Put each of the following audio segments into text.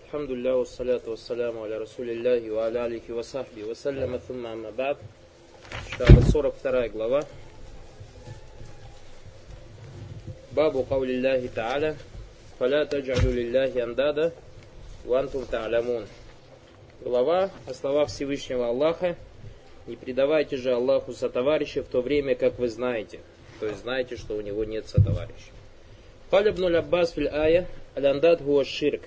Алхамдулилля, вассаляту вассаляму аля расулиллахи ва аля алихи ва сахби ва салляма thumma амма ба'д. Иншаллах, 42 глава. Бабу каулиллахи та'аля фаля тадж'алю лилляхи андада ва антум та'алямун. Глава о словах Всевышнего Аллаха. Не предавайте же Аллаху сотоварища в то время, как вы знаете. То есть знаете, что у него нет сотоварища. Каля ибн Аббас фил ая аль-андад хуа ширк.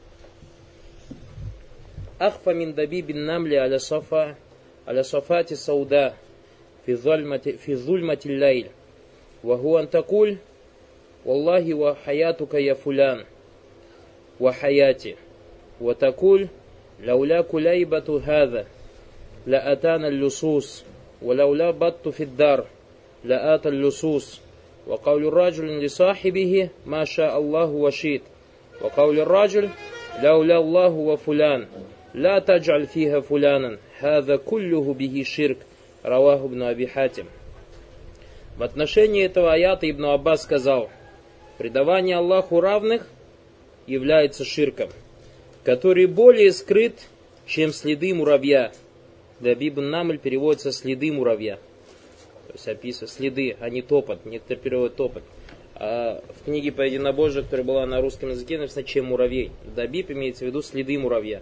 أخفى من دبيب النمل على صفات السوداء في ظلمة الليل وهو أن تقول والله وحياتك يا فلان وحياتي وتقول لولا كليبة هذا لأتانا اللصوص ولولا بط في الدار لآتى اللصوص وقول الرجل لصاحبه ما شاء الله وشئت وقول الرجل لولا الله وفلان لا تجعل فيها فلانا هذا كله به شرك رواه ибн Аби Хатим. В отношении этого аята Ибн Аббас сказал: предавание Аллаху равных является ширком, который более скрыт, чем следы муравья. Дабиб ан-Намль переводится следы муравья. То есть описывает следы, а не топот. Некоторые переводят топот. А в книге по единобожию, которая была на русском языке, написано чем муравей. Дабиб имеется в виду следы муравья.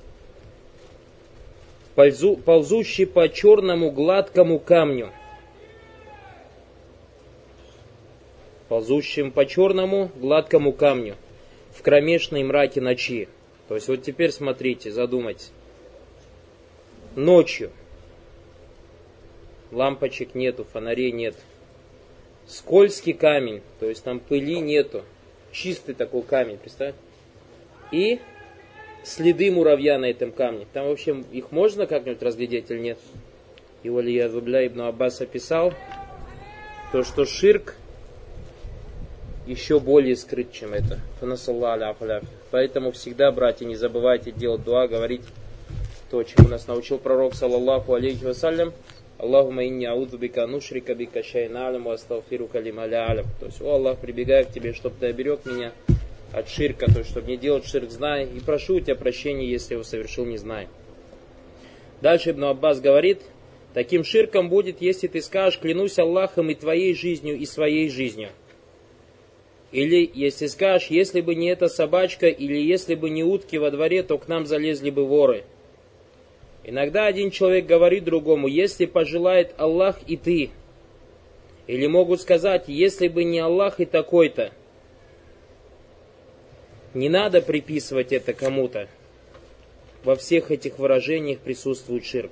Ползущий по черному гладкому камню. Ползущим по черному гладкому камню в кромешной мраке ночи. То есть вот теперь смотрите, задумайтесь. Ночью лампочек нету, фонарей нет. Скользкий камень, то есть там пыли нету. Чистый такой камень, представьте. И следы муравья на этом камне. Там вообще их можно как-нибудь разглядеть или нет? И Валия Зубля ибн Аббас описал то, что ширк еще более скрыт, чем это. Поэтому всегда, братья, не забывайте делать дуа, говорить то, чему нас научил пророк, саллаллаху алейхи вассалям. Аллахума инни аудhu бика нушрика бика шайна алям ва астагфирука лима ля алям. То есть, о Аллах, прибегаю к тебе, чтобы ты оберег меня от ширка, то есть, чтобы не делать ширк, зная, и прошу у тебя прощения, если его совершил, не зная. Дальше Ибн Аббас говорит: таким ширком будет, если ты скажешь: клянусь Аллахом и твоей жизнью, и своей жизнью. Или если скажешь: если бы не эта собачка, или если бы не утки во дворе, то к нам залезли бы воры. Иногда один человек говорит другому: если пожелает Аллах и ты. Или могут сказать: если бы не Аллах и такой-то. Не надо приписывать это кому-то. Во всех этих выражениях присутствует ширк.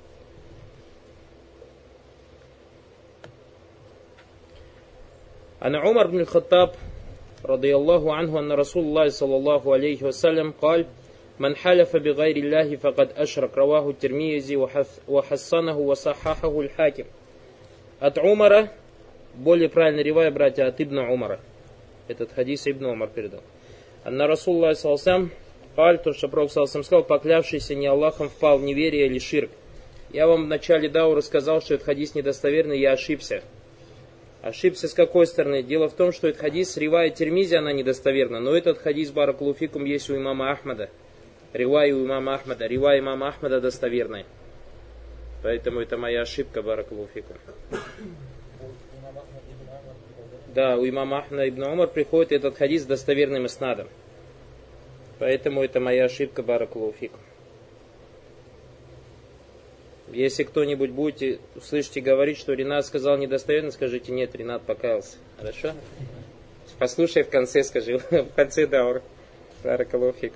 Ан Умар ибн Хаттаб радийаллаху анху анна Расулуллах саллаллаху алейхи вассалям قال: من حلف بغير الله فقد أشرك. رواه الترمذي وحسنه وصححه الحاكم. От Умара, более правильно ривая, братья, от Ибн Умара. Этот хадис Ибн Умар передал. Анна Расулуллах саллаллаху алейхи, то, что Пророк саллаллаху сказал: поклявшийся не Аллахом впал в неверие или ширк. Я вам в начале дауры сказал, что этот хадис недостоверный, я ошибся. Ошибся с какой стороны? Дело в том, что этот хадис ривая Тирмизи, она недостоверна, но этот хадис баракаллаху фикум есть у имама Ахмада. Ривая у имама Ахмада. Ривая имама Ахмада достоверная. Поэтому это моя ошибка, баракаллаху фикум. Да, у имама Ахмада ибн Умар приходит этот хадис с достоверным иснадом. Поэтому это моя ошибка, баракаллаху фикум. Если кто-нибудь будете услышите говорить, что Ринат сказал недостоверно, скажите: нет, Ринат покаялся. Хорошо? Послушай в конце, скажи, в конце даура. Баракаллаху фикум.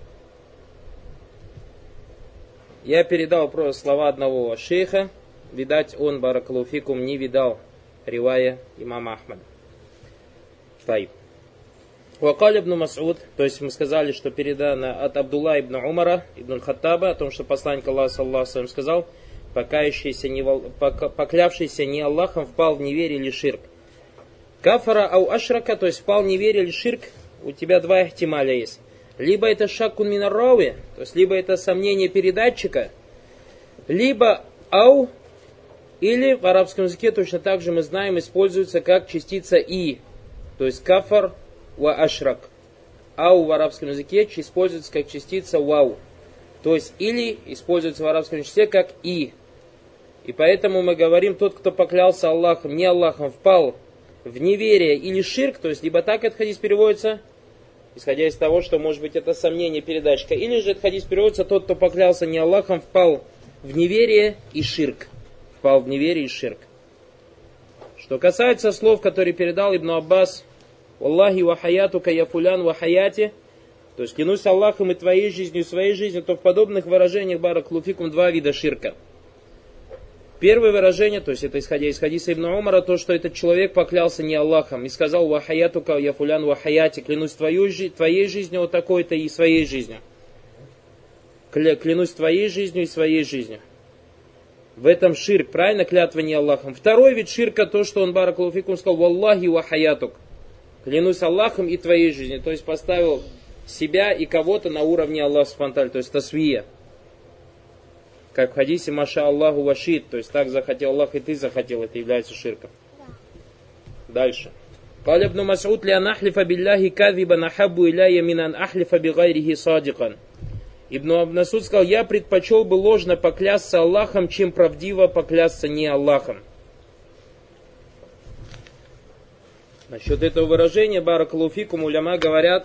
Я передал просто слова одного шейха. Видать, он, баракаллаху фикум, не видал ривая имама Ахмада. Тайб. Вакаль ибн Мас'уд, то есть мы сказали, что передано от Абдулла ибн Умара, ибн Хаттаба, о том, что посланник Аллаха саллаллаху алейхи ва саллям сказал: поклявшийся не Аллахом впал в неверие или ширк. Кафара ау ашрака, то есть впал в неверие или ширк, у тебя два ихтималя есть. Либо это шаккун минар рави, то есть либо это сомнение передатчика, либо ау, или в арабском языке точно так же мы знаем, используется как частица и, то есть кафар ва ашрак. ау в арабском языке используется как частица вау. То есть или используется в арабском языке как и. И поэтому мы говорим, тот, кто поклялся Аллахом, не Аллахом, впал в неверие или ширк, то есть либо так этот хадис переводится, исходя из того, что может быть это сомнение, передачка, или же этот хадис переводится, тот, кто поклялся не Аллахом, впал в неверие и ширк. Впал в неверие и ширк. Что касается слов, которые передал Ибн Аббас, «Аллахи ва хаятука я фулян ва хаяти», то есть клянусь Аллахом и твоей жизнью, и своей жизнью, то в подобных выражениях баракаллаху фикум два вида ширка. Первое выражение, то есть это исходя из хадиса Ибн Умара, то, что этот человек поклялся не Аллахом и сказал «Ва хаятука я фулян ва хаяти», клянусь твоей жизнью вот такой-то и своей жизнью. Клянусь твоей жизнью и своей жизнью. В этом ширк, правильно, клятва не Аллахом. Второй вид ширка, то, что он баракаллаху фикум сказал «Валлахи ва хаятук», клянусь Аллахом и твоей жизнью, то есть поставил себя и кого-то на уровне Аллаха субхану ва тааля, то есть тасвия. Как в хадисе «Маша Аллаху вашид», то есть так захотел Аллах и ты захотел, это является ширком. Дальше. قال ابن مسعود لأن أحلف بالله كاذبا أحب إلي من أن أحلف بغيره صادقا. Ибн Мас'уд сказал, я предпочел бы ложно поклясться Аллахом, чем правдиво поклясться не Аллахом. Насчет этого выражения, баракаллаху фикум, уляма говорят,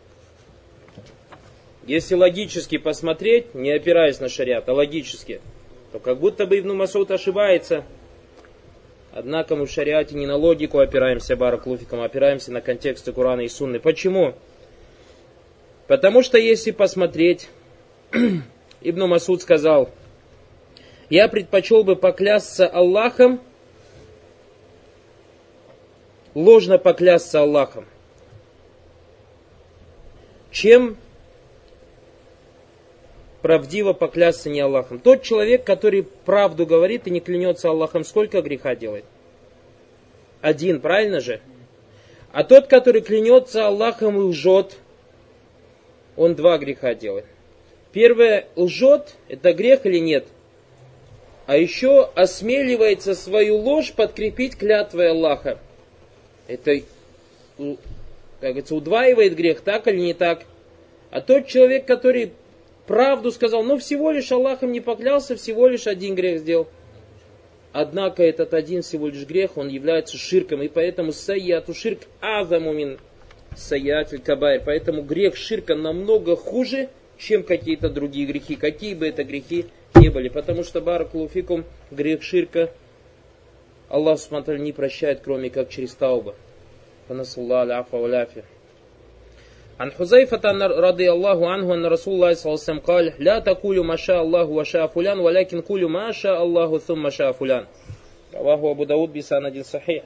если логически посмотреть, не опираясь на шариат, а логически, то как будто бы Ибн Мас'уд ошибается. Однако мы в шариате не на логику опираемся, баракаллаху фикум, а опираемся на контексты Курана и Сунны. Почему? Потому что если посмотреть, Ибн Мас'уд сказал, я предпочел бы поклясться Аллахом, ложно поклясться Аллахом, чем правдиво поклясться не Аллахом. Тот человек, который правду говорит и не клянется Аллахом, сколько греха делает? Один, правильно же? А тот, который клянется Аллахом и лжет, он два греха делает. Первое, лжет, это грех или нет? А еще осмеливается свою ложь подкрепить клятвой Аллаха. Это, как говорится, удваивает грех, так или не так? А тот человек, который правду сказал, ну всего лишь Аллахом не поклялся, всего лишь один грех сделал. Однако этот один всего лишь грех, он является ширком, и поэтому сайяту ширк азаму мин сайятиль кабайр. Поэтому грех ширка намного хуже, чем какие-то другие грехи, какие бы это грехи не были. Потому что, баракаллаху фикум, грех ширка Аллах субхану ва тааля не прощает, кроме как через тауба. Фанасаллаху аляфа ва ляфи. عن حذيفة رضي الله عنه أن رسول الله صلى الله عليه وسلم قال لا تقولوا ما شاء الله وشاء فلان ولكن قولوا ما شاء الله ثم شاء فلان. رواه Абу Дауд бисанадин сахих.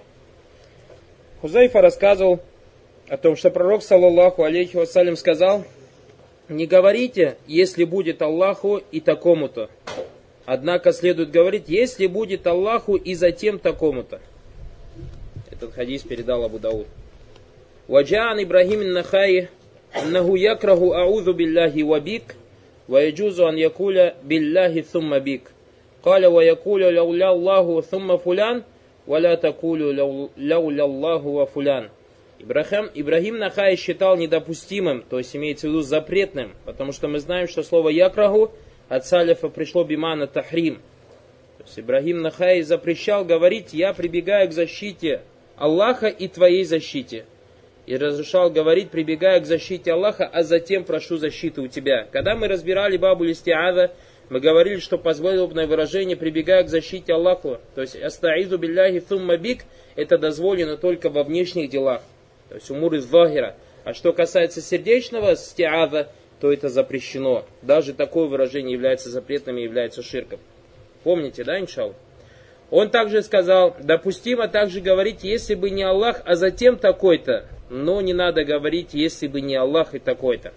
Хузайфа рассказывал о том, что пророк, саллаллаху алейхи вассалям, сказал, не говорите, если будет Аллаху и такому-то. Однако следует говорить, если будет Аллаху и затем такому-то. Этот хадис передал Абу Дауд. Ваджаан Ибрахим ан-Нахаи аннаху якраху аузу биллахи ва бик ва яджузу ан якуля биллахи thumma бик. Каля ва якуля лауля Аллаху thumma фулян ва ля такулю лауля Аллаху ва фулян. Ибрахим Нахай считал недопустимым, то есть имеется в виду запретным, потому что мы знаем, что слово якраху от салифа пришло бимана тахрим. То есть Ибрахим Нахай запрещал говорить, я прибегаю к защите Аллаха и твоей защите. И разрешал говорить, прибегая к защите Аллаха, а затем прошу защиты у тебя. Когда мы разбирали бабу листиаза, мы говорили, что подобное выражение, прибегая к защите Аллаху, то есть астаизу билляхи thumma бик, это дозволено только во внешних делах, то есть умур из вахира. А что касается сердечного стиаза, то это запрещено. Даже такое выражение является запретным и является ширком. Помните, да, иншаллах? Он также сказал, допустимо также говорить, если бы не Аллах, а затем такой-то. Но не надо говорить, если бы не Аллах и такой-то.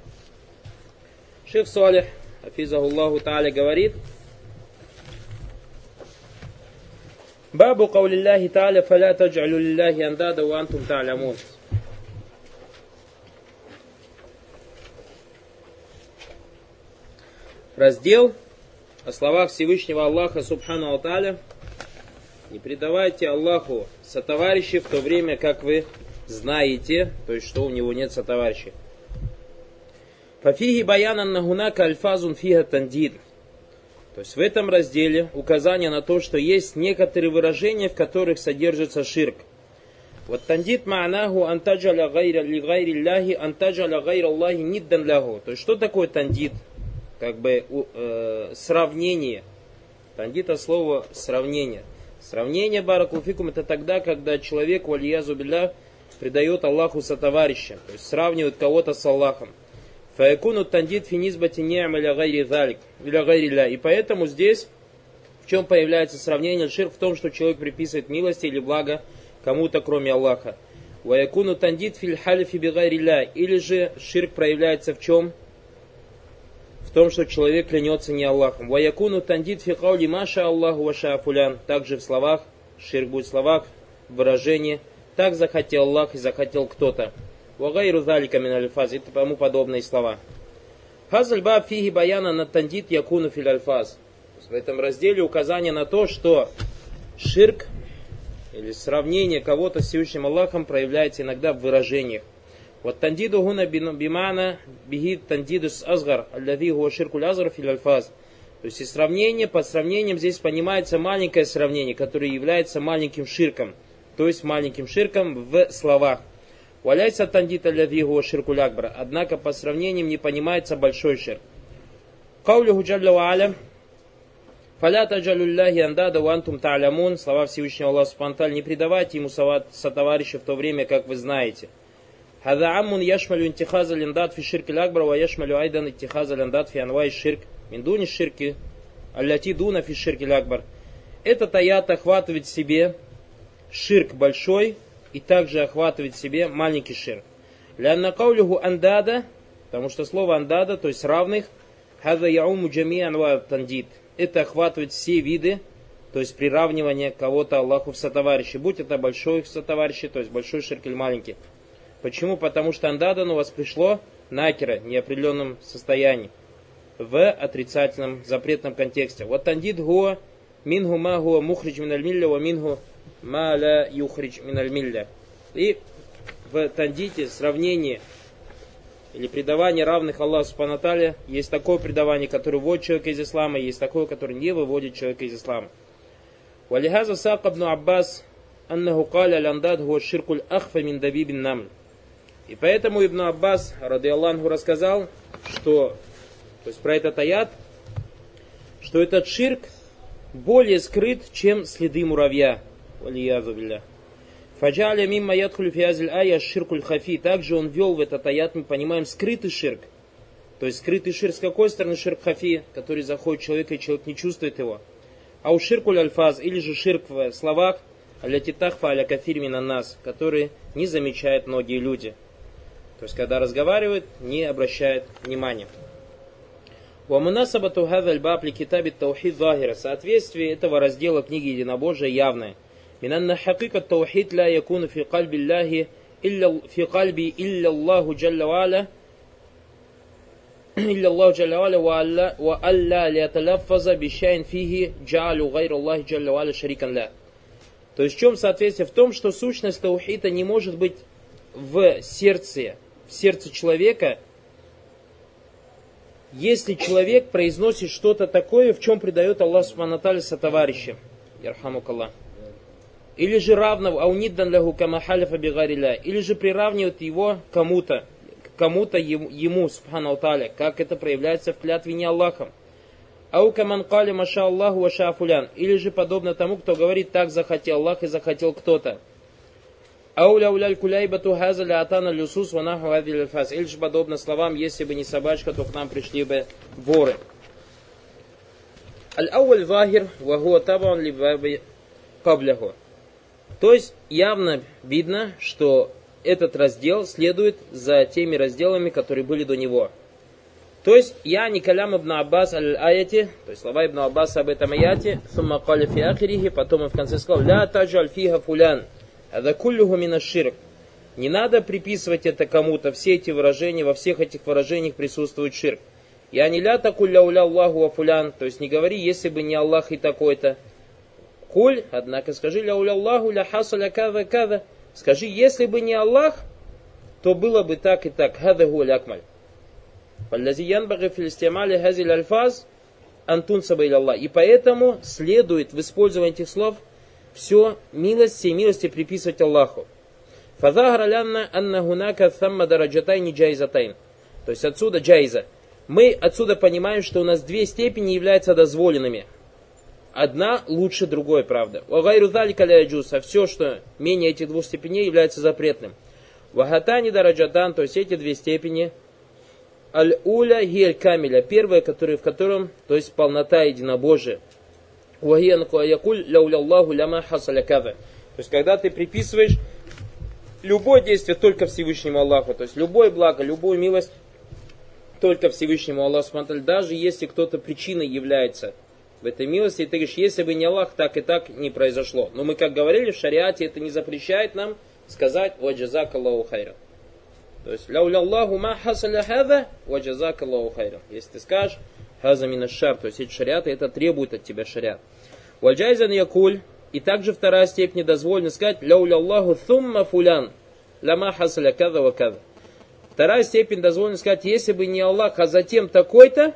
Шейх Салих, хафизахуллаху тааля, говорит, Бабу каулиллахи тааля фаля таджалю лиллахи андада ва антум та'лямун. Раздел о словах Всевышнего Аллаха субхану ва тааля. Не предавайте Аллаху сотоварищей в то время, как вы знаете, то есть что у него нет сотоварищей. Фафиги баянан нагунака альфазун фига тандид. То есть в этом разделе указание на то, что есть некоторые выражения, в которых содержится ширк. Вот тандид ма'наху антаджаля гайра ли гайри ляхи антаджаля гайра Аллахи ниддан лягу. То есть что такое тандид? Как бы сравнение. Тандид от слова сравнение. Сравнение, баракулфикум, это тогда, когда человек, валиязу билля, придает Аллаху сотоварища. То есть сравнивает кого-то с Аллахом. Фаякуну тандид финизбати ни'ма ля гайри залик. Ля гайри ля. И поэтому здесь в чем появляется сравнение? Ширк в том, что человек приписывает милости или благо кому-то, кроме Аллаха. Ваякуну тандид филь халифи би гайри ля. Или же ширк проявляется в чем? В том, что человек клянется не Аллахом. Ваякуну тандид фи каули маша Аллаху ваша фулян. Также в словах, ширк будет в словах, в выражении. Так захотел Аллах и захотел кто-то. Вагайру залика мин альфаз. И тому подобные слова. Хазаль баб фиги баяна на тандид якуну фил альфаз. В этом разделе указание на то, что ширк или сравнение кого-то с Всевышним Аллахом проявляется иногда в выражениях. Вот тандиду гуна бимана бихи тандидус азгар, аллави гуа ширкуль азгар фил альфаз. То есть и сравнение, под сравнением здесь понимается маленькое сравнение, которое является маленьким ширком. То есть маленьким ширком в словах. Валяйся тандид аллави гуа ширкуль акбар. Однако по сравнениям не понимается большой ширк. Каулюху джалля ва аля. Фаля таджалюлляхи андада ва антум та'лямун. Слова Всевышнего Аллаха субхану ва тааля. Не предавайте ему сотоварища в то время, как вы знаете. Хаза аммун яшмалю интихаза линдат фи ширки лакбар ва яшмалю айдан интихаза линдат фи анвай ширк. Миндуни ширки алляти дуна фи ширки лакбар. Этот аят охватывает в себе ширк большой и также охватывает в себе маленький ширк. Лянна каулюху андада, потому что слово андада, то есть равных, хаза яуму джами анва тандид. Это охватывает все виды, то есть приравнивание кого-то Аллаху в сотоварищи. Будь это большой сотоварищи, то есть большой ширк или маленький. Почему? Потому что андадан у вас пришло накера, в неопределенном состоянии, в отрицательном, запретном контексте. Вот тандид гуа, мингу ма гуа мухридж миналь милля, ва мингу ма ла юхридж миналь милля. И в тандите сравнение или предавание равных Аллаху субхану ва тааля, есть такое предавание, которое выводит человека из ислама, есть такое, которое не выводит человека из ислама. Валихаза сака ибн Аббас аннаху каля ландад гуа ширкуль ахфа мин дабибин намль. И поэтому Ибн Аббас, ради Аллаху, рассказал, что, то есть про этот аят, что этот ширк более скрыт, чем следы муравья. Фаджаля мимма ядхулю фиазиль ая ширкуль хафи. Также он ввел в этот аят, мы понимаем, скрытый ширк. То есть скрытый ширк с какой стороны? Ширк хафи, который заходит в человека, и человек не чувствует его. А у ширкуль альфаз, или же ширк в словах, аля титахфа аля кафир минан нас, который не замечают многие люди. То есть, когда разговаривают, не обращают внимания. Вамунасабату хазаль баб ли китабит таухид захира. Соответствие этого раздела книги Единобожия явное. Минанна хакика таухид ла якуну фи кальби Аллахи фи кальби илля Аллаху джалля ва аля илля Аллаху джалля ва аля ва алла лиаталаффаза бишайн фихи джаалю гайру Аллахи джалля ва аля шарикан ля. То есть в чем соответствие? В том, что сущность таухида не может быть в сердце человека, если человек произносит что-то такое, в чем предает Аллах субхану ва тааля сотоварища. Ярхамукаллах. Или же равного, ауниддан лаху кама халифа би гайрилля. Или же приравнивает его кому-то ему, субхану ва тааля, как это проявляется в клятве не Аллахом. Ау каман кали маша Аллаху ва ша фулян. Или же подобно тому, кто говорит, так захотел Аллах и захотел кто-то. Ауля уляль куляйбату хазаля атана люсус ванаху адиль альфаз. Или же подобно словам, если бы не собачка, то к нам пришли бы воры. Аль-ауаль вахир вахуа табан ли баби кабляху. То есть явно видно, что этот раздел следует за теми разделами, которые были до него. То есть я не калям ибн Аббас аль-аяти, то есть слова ибн Аббаса об этом аяте, сумма каля фи ахирихи, потом он в конце сказал, ля таджаль фиха фулян. Не надо приписывать это кому-то. Все эти выражения, во всех этих выражениях присутствует ширк. Я не ля такуль ля Аллаху ва фулян. То есть не говори, если бы не Аллах и такой-то. Куль, однако скажи ля Аллаху ля хасаля када када. Скажи, если бы не Аллах, то было бы так и так. Хада гуль акмаль. И поэтому следует в использовании этих слов все милости приписывать Аллаху. То есть отсюда джайза. Мы отсюда понимаем, что у нас две степени являются дозволенными. Одна лучше другой, правда. А все, что менее этих двух степеней, является запретным. Вахатани дараджатан, то есть эти две степени. Аль-уля гиэль камиля, первая, в котором, то есть полнота единобожия. То есть когда ты приписываешь любое действие только Всевышнему Аллаху, то есть любое благо, любую милость только Всевышнему Аллаху, даже если кто-то причиной является в этой милости, и ты говоришь, если бы не Аллах, так и так не произошло. Но мы, как говорили, в шариате это не запрещает нам сказать «Ваджазак Аллаху хайра». То есть «Ляуля Аллаху ма хасаля хада, ваджазак Аллаху хайра». Если ты скажешь «Хаза мина шар», то есть эти шариаты, это требует от тебя шариат. «Ваджайзан якуль». И также вторая степень дозволено сказать «Ляуля Аллаху thumma фулян, ляма хасаля када ва када». Вторая степень дозволено сказать, если бы не Аллах, а затем такой-то,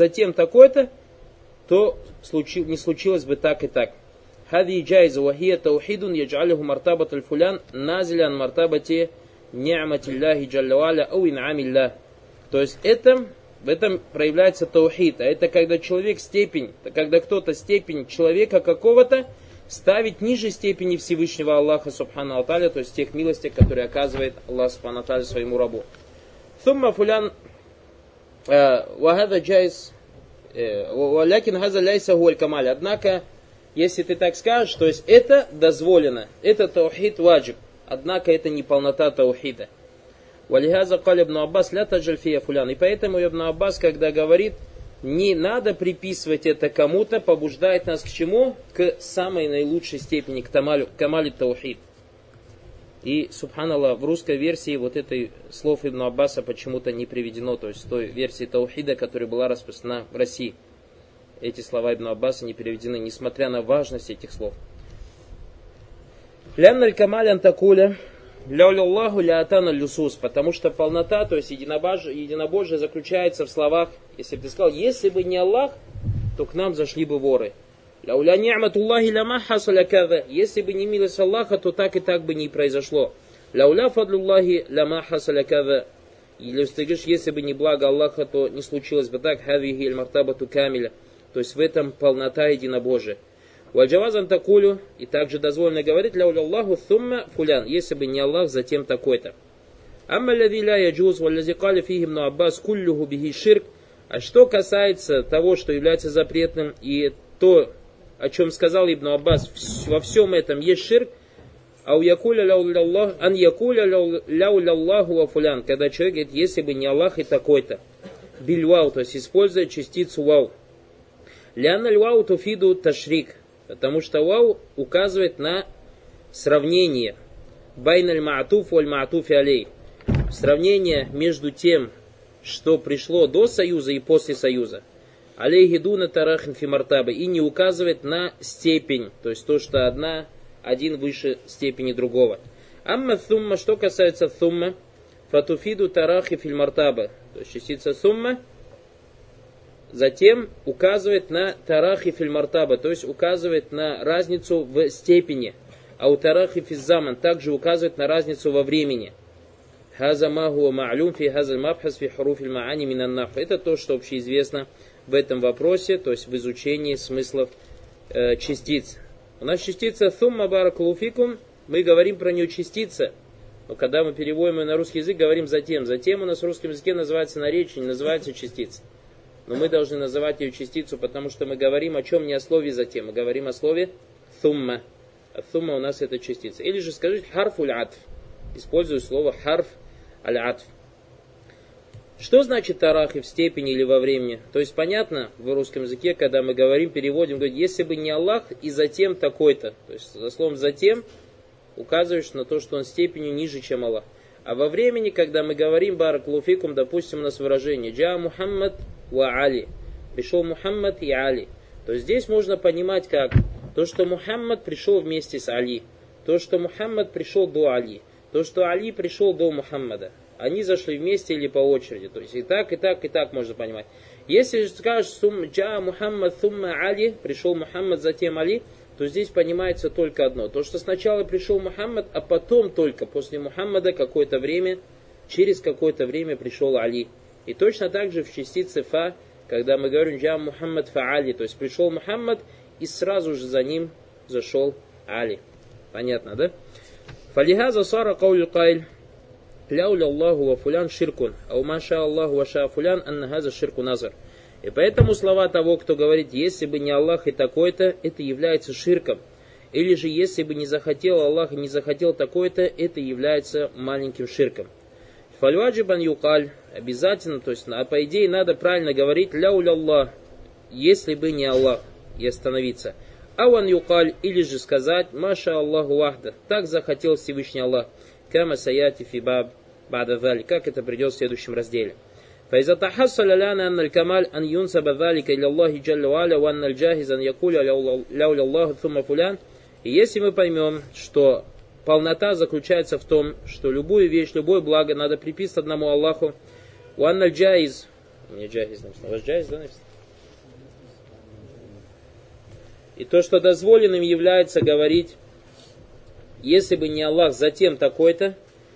то не случилось бы так и так. Хади джайза вахия таухидун яджалиху мартабат аль-фулян назилян мартабати ни'матиллахи джаллаваля ау ин'амилля. То есть в этом проявляется таухид. А это когда когда кто-то степень человека какого-то ставить ниже степени Всевышнего Аллаха Субхану Аталя, то есть тех милостей, которые оказывает Аллах Субхану Аталя своему рабу. Сумма фулян вахада джайз валякин хаза ляйса гуаль камаль. Однако, если ты так скажешь, то есть это дозволено, это таухид ваджиб, однако это не полнота таухида. Валихаза каль ибн Аббас ля таджаль фия фулян. И поэтому ибн Аббас, когда говорит, не надо приписывать это кому-то, побуждает нас к чему? К самой наилучшей степени, к камали таухид. И, субханаллах, в русской версии вот этой слов Ибн Аббаса почему-то не приведено, то есть той версии таухида, которая была распространена в России. Эти слова Ибн Аббаса не переведены, несмотря на важность этих слов. Лянналь камалян такуля, ляуляллаху лятана люсус, потому что полнота, то есть единобожие заключается в словах, если бы ты сказал, если бы не Аллах, то к нам зашли бы воры. Ляуля ни'матуллахи ляма хасаля када. Если бы не милость Аллаха, то так и так бы не произошло. Ляуля фадлуллахи ляма хасаля када. Или ты говоришь, если бы не благо Аллаха, то не случилось бы так. Хавихи иль мартабату камиля. То есть в этом полнота единобожия. Ваджавазан такулю. И также дозволено говорить, ляуля Аллаху thumma фулян. Если бы не Аллах, затем такой-то. Амма лади ля яджуз, валлади кали фихи ибн Аббас куллюху бихи ширк. А что касается того, что является запретным, и то, о чем сказал Ибн Аббас, во всем этом есть ширк, ан якуля ляуляллаху ва фулян, когда человек говорит, если бы не Аллах и такой-то, бильвау, то есть используя частицу вау. Ляна львау туфиду ташрик, потому что вау указывает на сравнение. Байналь маатуф валь маатуфи алей. Сравнение между тем, что пришло до союза и после союза. Алейхидуна тарахин фимартаба, и не указывает на степень, то есть то, что один выше степени другого. Амма thumma, что касается thumma, фатуфиду тарахи фильмартаба, то есть частица thumma, затем указывает на тарахи фильмартаба, то есть указывает на разницу в степени, а у тарахи физзаман также указывает на разницу во времени. Хаза маху ма'люм фи хазаль мабхас фи хуруфиль ма'ани минан нахв. Это то, что общеизвестно в этом вопросе, то есть в изучении смыслов частиц. У нас частица thumma баракалуфикум, мы говорим про нее частица, но когда мы переводим ее на русский язык, говорим затем. Затем у нас в русском языке называется наречие, не называется частица. Но мы должны называть ее частицу, потому что мы говорим о чем не о слове затем, мы говорим о слове thumma. А thumma у нас это частица. Или же скажите харфуль атф. Использую слово харф аль-атф. Что значит тарахи в степени или во времени? То есть понятно в русском языке, когда мы говорим, переводим, говорит, если бы не Аллах и затем такой-то. То есть за словом затем указываешь на то, что он степенью ниже, чем Аллах. А во времени, когда мы говорим баракалуфикум, допустим, у нас выражение джа Мухаммад ва Али. Пришел Мухаммад и Али. То есть здесь можно понимать как то, что Мухаммад пришел вместе с Али. То, что Мухаммад пришел до Али. То, что Али пришел до Мухаммада. они зашли вместе или по очереди. То есть и так, и так, и так можно понимать. Если же скажешь «Джа Мухаммад сумма Али», пришел Мухаммад, затем Али, то здесь понимается только одно. То, что сначала пришел Мухаммад, а потом только после Мухаммада какое-то время, через какое-то время пришел Али. И точно так же в частице «фа», когда мы говорим «Джа Мухаммад фа Али», то есть пришел Мухаммад, и сразу же за ним зашел Али. Понятно, да? «Фалихаза сара каулю кайль». «Ляуля Аллаху ва фулян ширкун, ау маша Аллаху ва ша фулян, анна хаза ширку назар». И поэтому слова того, кто говорит, если бы не Аллах и такой-то, это является ширком. Или же, если бы не захотел Аллах и не захотел такой-то, это является маленьким ширком. Фальваджибан юкаль, обязательно, то есть, по идее, надо правильно говорить, ляуля Аллах, если бы не Аллах, и остановиться. Ауан юкаль, или же сказать, маша Аллаху вахда, так захотел Всевышний Аллах. Кама саяти фибаб бададали, как это придет в следующем разделе. فإذا تحصل لنا أن الكمال أن ينسب ذلك إلى الله جل وعلا وأن الجاهز أن يقول لولا الله ثم فلان. И если мы поймем, что полнота заключается в том, что любую вещь, любое благо надо приписать одному Аллаху, وأن الجاهز, не джахиз написано, у вас джахиз, да, написано? И то, что дозволенным является говорить, если бы не Аллах, затем такой-то,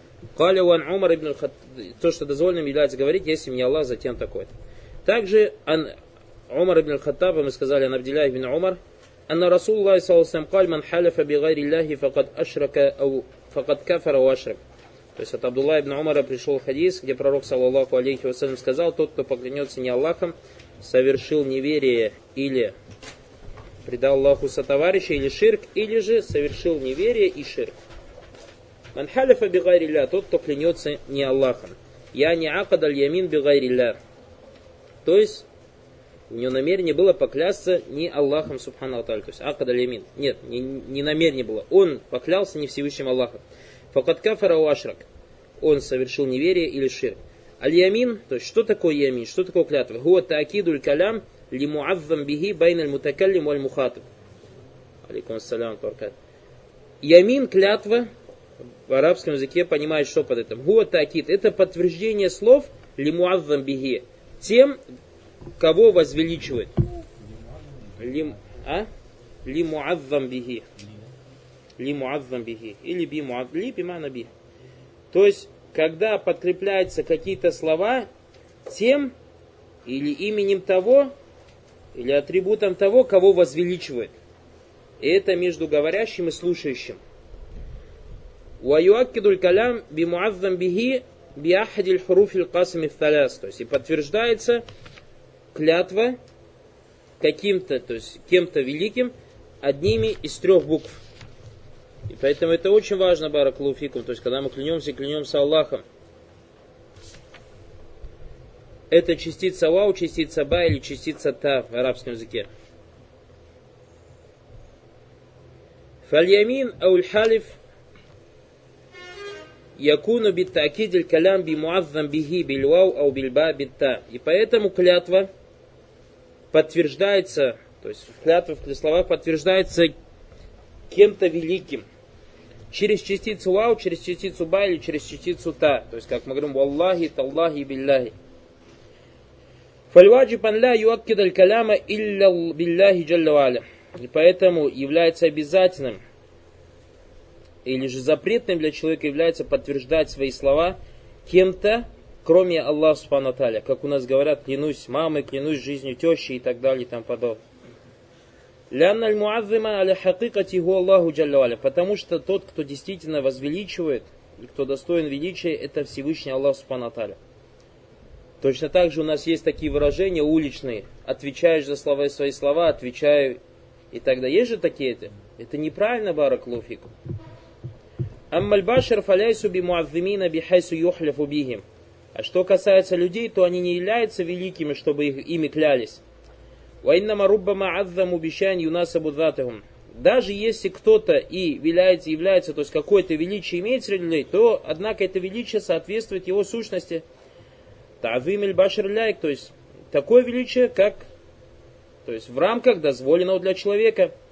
то, что дозволенным является говорить, если бы не Аллах, затем такой-то. Также Умар ибн Хаттаба, мы сказали, ан Абдилlah ибн Умар, анна Расулуллах саллаллаху алейхи ман халяфа би гайри Аллахи факад ашрака ау факад кафара ва ашрак. То есть от Абдулла ибн Умара пришел хадис, где пророк саллаллаху алейхи вассалям сказал, тот, кто поклянется не Аллахом, совершил неверие или предал Аллаху сотоварища, или ширк, или же совершил неверие и ширк. Ман халяфа би гайри Аллах, тот, кто клянется не Аллахом. Я не акад аль-ямин би гайри Аллах. То есть у него намерение было поклясться не Аллахом субхану ва тааля. То есть акад аль-ямин. Нет, не намерение было. Он поклялся не Всевышним Аллахом. Факад кафара ва ашрак. Он совершил неверие или ширк. Аль-ямин, то есть что такое ямин, что такое клятва? Хуа таакидуль калям ли муаззам бихи байна аль-мутакаллим валь мухатаб. Алейкум ассалям баракат. Ямин, клятва, в арабском языке понимает, что под этим. Хуа таакид, это подтверждение слов ли муаззам бихи, тем, кого возвеличивает. Ли муаззам бихи. Ли муаззам бихи. Или би муаззам. Ли бимана би. То есть, когда подкрепляются какие-то слова тем, или именем того, или атрибутом того, кого возвеличивает. И это между говорящим и слушающим. وَيُؤَكِّدُ الْكَلَامِ بِمُعَظَّمْ بِهِ بِأَحَدِ الْحُرُوفِ الْقَاسِمِ الثَّلَاثِ. То есть и подтверждается клятва каким-то, то есть кем-то великим, одними из трех букв. И поэтому это очень важно, баракаллаху фикум, то есть когда мы клянемся Аллахом. Это частица вау, частица ба или частица та в арабском языке. Фальямин ауль-халиф якуну биттакид аль-калям бимуаззам бихи бильвау ау бильба битта. И поэтому клятва подтверждается, то есть клятва в словах подтверждается кем-то великим. Через частицу вау, через частицу ба или через частицу та. То есть как мы говорим валлахи, таллахи, билляхи. Фальваджиб ан ла юаккид аль-каляма илля билляхи джалля ва аля. И поэтому является обязательным или же запретным для человека является подтверждать свои слова кем-то, кроме Аллаха субхану ва тааля. Как у нас говорят, клянусь мамой, клянусь жизнью тещи и так далее и тому подобное. Лянна аль-муаззима аля хакикати ху Аллаху джалля ва аля. Потому что тот, кто действительно возвеличивает и кто достоин величия, это Всевышний Аллах субхану ва тааля. Точно так же у нас есть такие выражения уличные. Отвечаешь за свои слова, отвечаю и тогда. Есть же такие это? Это неправильно, баракаллаху фикум. Аммаль башар фаляйсу би муаззимина бихайсу юхляфу бихим. А что касается людей, то они не являются великими, чтобы ими клялись. Ва иннама руббама аззаму бишань юнасабу дзатахум. Даже если кто-то и является, то есть какое-то величие имеет среди людей, то, однако, это величие соответствует его сущности. Та'зим аль-башар ляйк, то есть такое величие, как, то есть в рамках дозволенного для человека.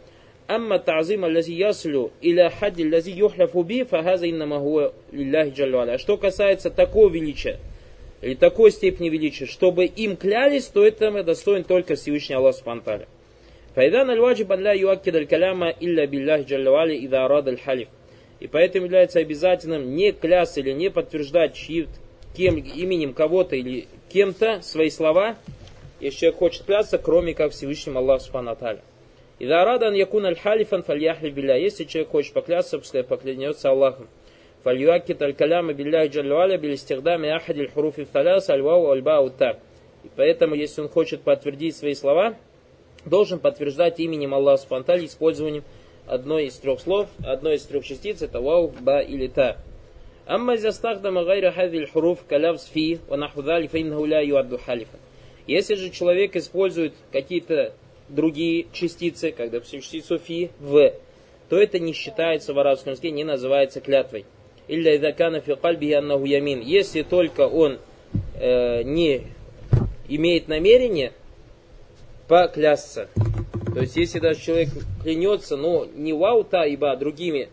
Амма та'зим аллази яслю иля хадди аллази юхляфу би, фахаза иннама хуа лилляхи джалла ва аля. Что касается такого величия, или такой степени величия, чтобы им клялись, то это достоин только Всевышний Аллах субхану ва тааля. Файдан аль-ваджиб ан ла юаккид аль-каляма илля билляхи джалла ва аля ида арад аль-халиф. И поэтому является обязательным не клясться или не подтверждать именем кого-то или кем-то свои слова, если человек хочет клясться, кроме как Всевышним Аллаху субхану ва тааля. Ида арада ан якун аль-халифан фальяхлиф билля. Если человек хочет поклясться, пускай поклянется Аллахом. Фальюаккид аль-каляма билляхи джалла ва аля билистихдами ахади аль-хуруфи фаляс аль-вау аль-бау та. И поэтому, если он хочет подтвердить свои слова, должен подтверждать именем Аллаха субхану ва тааля использованием одной из трех слов, одной из трех частиц, это вау, ба или та. Амма застахдама гайра хадиль хуруф калявс фи ва наху дали фаиннаху ля юадду халифа. Если же человек использует какие-то другие частицы, когда частицу фи, в, то это не считается в арабском языке, не называется клятвой. Илля идha кана фи кальбихи аннаху ямин. Если только он не имеет намерение поклясться. То есть, если даже человек клянется, но не ваута, ибо другими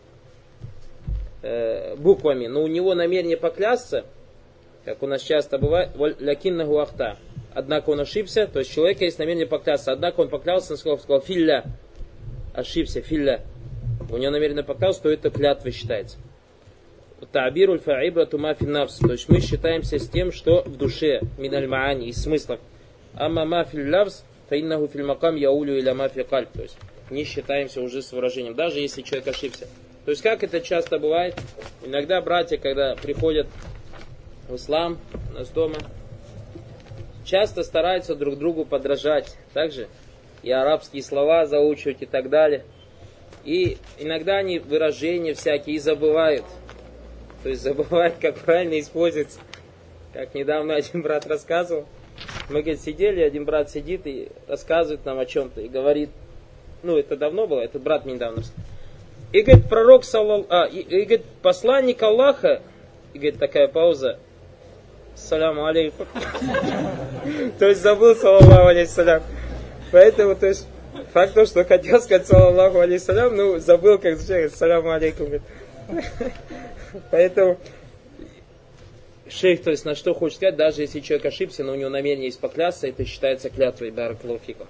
буквами, но у него намерение поклясться, как у нас часто бывает, лякиннаху ахта. Однако он ошибся, то есть, человека есть намерение поклясться, однако он поклялся, он сказал филля, ошибся, филля. У него намерение поклясться, то это клятва считается. Та'бируль фа'ибрату ма фи нафс. То есть, мы считаемся с тем, что в душе, миналь маани, из смыслов. Амма ма фил лавз, фаиннаху фил макам яулю иля ма фи кальб. То есть не считаемся уже с выражением, даже если человек ошибся. То есть как это часто бывает, иногда братья, когда приходят в ислам, у нас дома, часто стараются друг другу подражать. Также и арабские слова заучивать и так далее. И иногда они выражения всякие забывают. То есть забывают, как правильно использовать. Как недавно один брат рассказывал. Мы, говорит, сидели, один брат сидит и рассказывает нам о чем-то. И говорит, ну это давно было, этот брат мне недавно. И говорит, пророк, и говорит, посланник Аллаха, и говорит, такая пауза. Саляму алейкум. То есть забыл, саллаллаху алейхиссалям. Поэтому, то есть, факт то, что хотел сказать, саллаллаху алейхиссалям, ну забыл, как звучит, саляму алейкум. Поэтому шейх, то есть на что хочет сказать, даже если человек ошибся, но у него намерение есть поклясться, это считается клятвой баракаллаху фикум.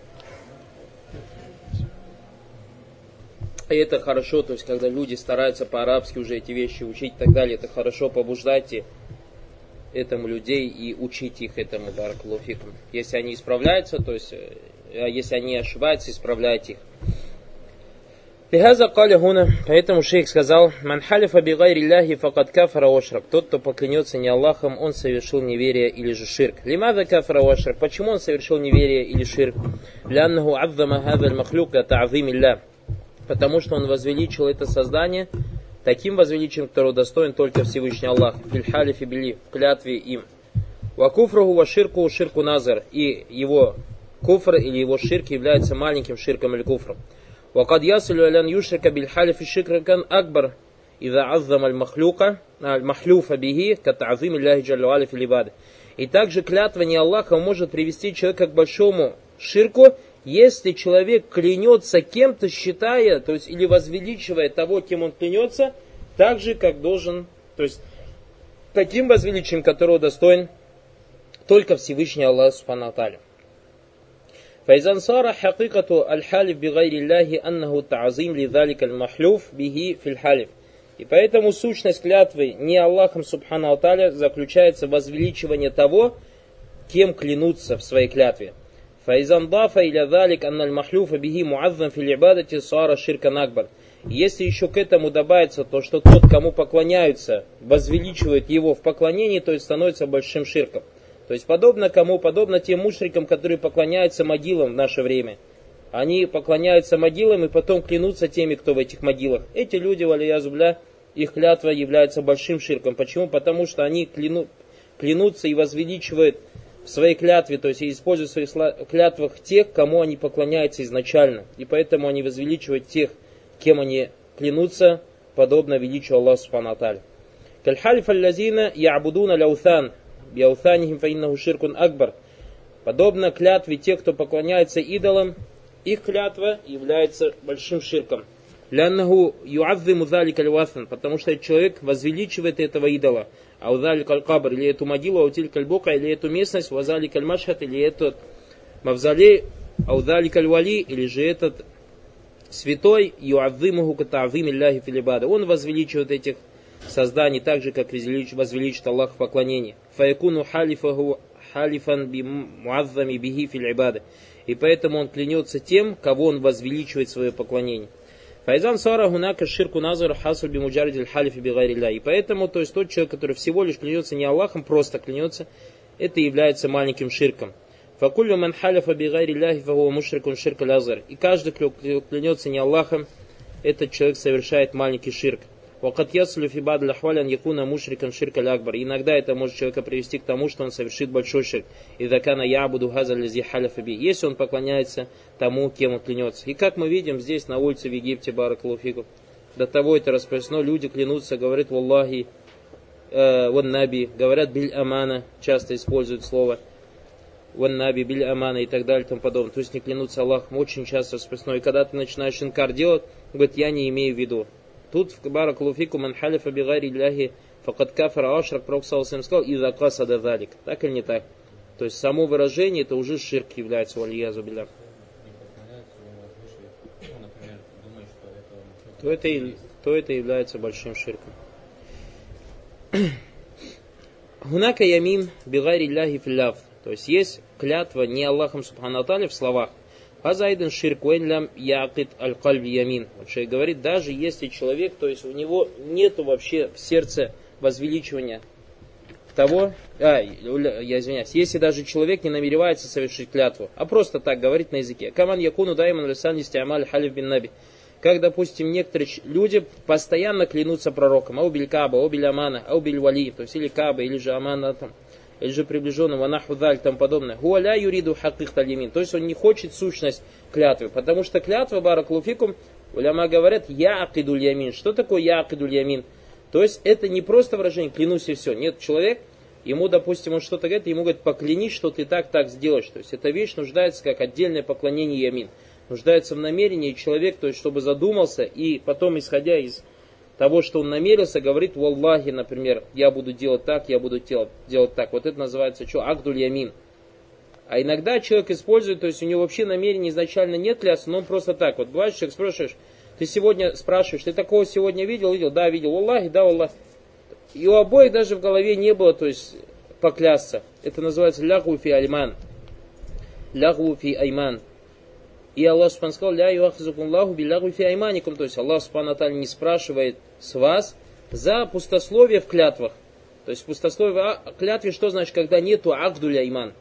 И это хорошо, то есть когда люди стараются по-арабски уже эти вещи учить и так далее, это хорошо, побуждайте этому людей и учить их этому баракаллаху фикум. Если они исправляются, то есть если они ошибаются, исправляйте их. Поэтому шейх сказал, «Ман халифа би гайри Аллахи факад кафара ва ашрак». Тот, кто поклянется не Аллахом, он совершил неверие или же ширк. Лимада кафара ва ашрак. Почему он совершил неверие или ширк? Ляннаху аззама хазаль махлюк ля та'зим илля. Потому что он возвеличил это создание таким возвеличием, которого достоин только Всевышний Аллах. Фил халифи били, в клятве им. Ва куфруху ва ширку ширку назар. И его куфр или его ширк является маленьким ширком или куфром. وقد يصل إلى أن يشرك بالحلف شركا أكبر إذا عظم المحلوف به كتعظيم الله جل وعلا في العبادة. И также клятвование Аллаха может привести человека к большому ширку, если человек клянется кем-то, считая, то есть или возвеличивая того, кем он клянется, так же, как должен, то есть таким возвеличием, которого достоин только Всевышний Аллах субхану ва тааля. فإذا صار حقيقة الحالف بغير الله أنه تعظيم لذلك المحلوف به في الحالف. И поэтому сущность клятвы не Аллахом субхану ва тааля заключается в возвеличивании того, кем клянутся в своей клятве. فإذا انضاف إلى ذلك أن المحلوف به معظم في العبادة صار شركا أكبر. Если еще к этому добавится то, что тот, кому поклоняются, возвеличивает его в поклонении, то есть становится большим ширком. То есть подобно кому? Подобно тем мушрикам, которые поклоняются могилам в наше время. Они поклоняются могилам и потом клянутся теми, кто в этих могилах. Эти люди, валиязубля, их клятва является большим ширком. Почему? Потому что они клянутся и возвеличивают в своей клятве, то есть используют в своих клятвах тех, кому они поклоняются изначально. И поэтому они возвеличивают тех, кем они клянутся, подобно величию Аллаха субхану ва тааля. Кальхалиф аллазина я'будуна ляутан. Биаутанихим фаиннаху ширкун акбар. Подобно клятве тех, кто поклоняется идолам, их клятва является большим ширком. Ляннаху юаззиму залика аль-васан, потому что человек возвеличивает этого идола. А залика аль-кабр, или эту могилу, а утилька аль-бука, или эту местность, ва залика аль-машхат, или этот мавзолей, а залика аль-вали, или же этот святой, юаззимуху ката'зим илляхи филибада. Он возвеличивает этих созданий так же, как возвеличит Аллах в поклонении. Фаякуну халифан би муаззами бихи филибада. И поэтому он клянется тем, кого он возвеличивает в свое поклонение. Файзан сара гунака ширку назар хасуль би муджаридиль халифи би гайрилля. И поэтому, то есть тот человек, который всего лишь клянется не Аллахом, просто клянется, это является маленьким ширком. Факуллю ман халифа би гайрилляхи фахуа мушрикун ширк аль-азгар. И каждый, кто клянется не Аллахом, этот человек совершает маленький ширк. Вакат яслю фи бадл ахвалян якуна мушрикан ширк аль-акбар. Иногда это может человека привести к тому, что он совершит большой ширк. Идакана ябуду газа лази халяфа би. Если он поклоняется тому, кем он клянется. И как мы видим здесь на улице в Египте, баракалуфику, до того это распространено, люди клянутся, говорят валлахи, ван наби, говорят биль амана, часто используют слово ван наби, биль амана и так далее и тому подобное. То есть не клянутся Аллахом, очень часто распространено. И когда ты начинаешь инкар делать, говорит, я не имею в виду. Тут в баракалуфику ман халифа би гайрилляхи факат кафара ашрак, пророк саллаллаху алейхи ва саллям сказал, иза касада залик. Так или не так? То есть само выражение, это уже ширк является, валиязу билля. То это является большим ширком. Гунака ямин би гайрилляхи филляф. То есть есть клятва не Аллахом субхану тааля в словах. Азайден ширк вейнлям яакид аль-кальби ямин. Шейх говорит, даже если человек, то есть у него нету вообще в сердце возвеличивания того, я извиняюсь, если даже человек не намеревается совершить клятву, а просто так говорит на языке. Каман якуну дайман лисан истиамаль халиф бин наби. Как, допустим, некоторые люди постоянно клянутся пророком. Аубиль Каба, аубиль Амана, аубиль Вали. То есть или Каба, или же Амана, там, или же приближенного, нахудаль, там подобное. Хуаля юриду хаких талимин. То есть он не хочет сущность клятвы. Потому что клятва, баракалуфикум, уляма говорят, я акидуль ямин. Что такое я акидуль ямин? То есть это не просто выражение, клянусь и все. Нет, человек, ему, допустим, он что-то говорит, ему говорит, поклянись, что ты так сделаешь. То есть эта вещь нуждается как отдельное поклонение ямин. Нуждается в намерении человек, то есть чтобы задумался и потом, исходя из того, что он намерился, говорит, валлахи, например, я буду делать так, я буду делать так. Вот это называется что? Акдуль ямин. А иногда человек использует, то есть у него вообще намерения изначально нет клясться, но он просто так. Вот бывает, человек спрашиваешь, ты сегодня спрашиваешь, ты такого сегодня видел? Видел? Да, видел. Валлахи, да, валлахи. И у обоих даже в голове не было, то есть поклясться. Это называется лягу фи айман. Лягу фи айман. И Аллах Субхану сказал, ля юахзукумлаху билягу фи айманикум. То есть Аллах Субхану не спрашивает с вас за пустословие в клятвах. То есть пустословие в клятве, что значит, когда нету акдуль айман.